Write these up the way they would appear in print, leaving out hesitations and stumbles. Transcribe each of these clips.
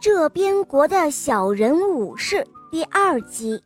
这边国的小人武士第2集。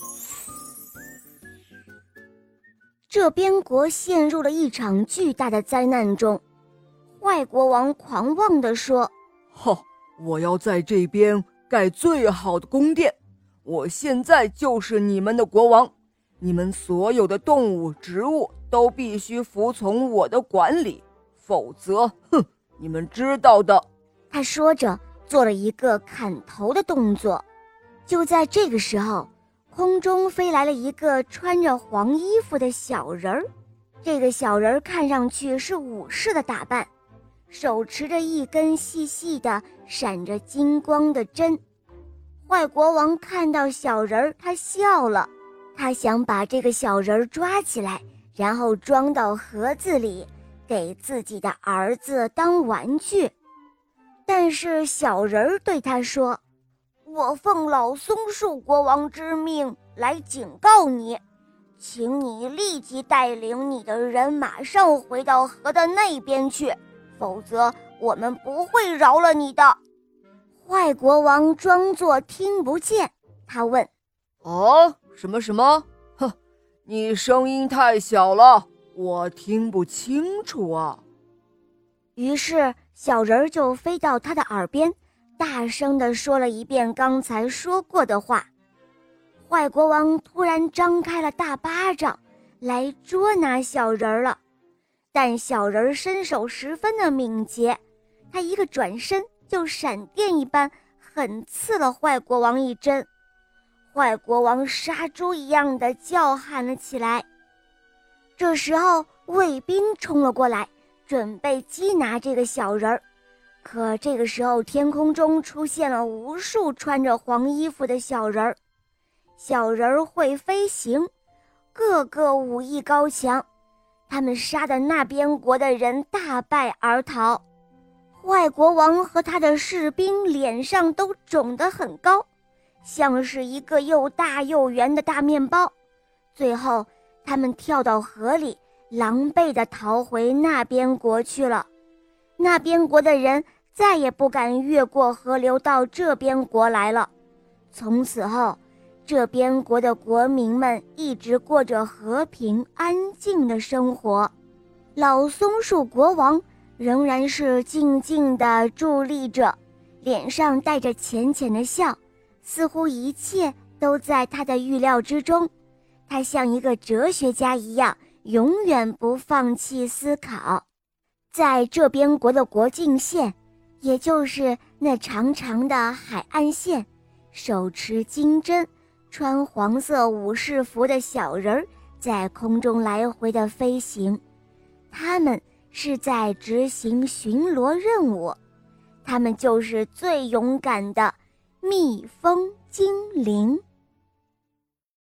这边国陷入了一场巨大的灾难中。坏国王狂妄地说： 我要在这边盖最好的宫殿，我现在就是你们的国王，你们所有的动物、植物都必须服从我的管理，否则，你们知道的。 他说着做了一个砍头的动作。就在这个时候，空中飞来了一个穿着黄衣服的小人儿。这个小人儿看上去是武士的打扮，手持着一根细细的闪着金光的针。坏国王看到小人儿，他笑了，他想把这个小人儿抓起来，然后装到盒子里，给自己的儿子当玩具。但是小人儿对他说：我奉老松树国王之命来警告你，请你立即带领你的人马上回到河的那边去，否则我们不会饶了你的。坏国王装作听不见，他问： 什么？你声音太小了，我听不清楚啊。 于是小人就飞到他的耳边，大声地说了一遍刚才说过的话。坏国王突然张开了大巴掌来捉拿小人了，但小人身手十分的敏捷，他一个转身就闪电一般狠刺了坏国王一针。坏国王杀猪一样的叫喊了起来。这时候卫兵冲了过来，准备缉拿这个小人儿。可这个时候天空中出现了无数穿着黄衣服的小人儿。小人儿会飞行，个个武艺高强，他们杀的那边国的人大败而逃。坏国王和他的士兵脸上都肿得很高，像是一个又大又圆的大面包。最后他们跳到河里，狼狈地逃回那边国去了。那边国的人再也不敢越过河流到这边国来了。从此后，这边国的国民们一直过着和平安静的生活。老松树国王仍然是静静地伫立着，脸上带着浅浅的笑，似乎一切都在他的预料之中。他像一个哲学家一样，永远不放弃思考。在这边国的国境线，也就是那长长的海岸线，手持金针、穿黄色武士服的小人儿在空中来回的飞行。他们是在执行巡逻任务，他们就是最勇敢的蜜蜂精灵。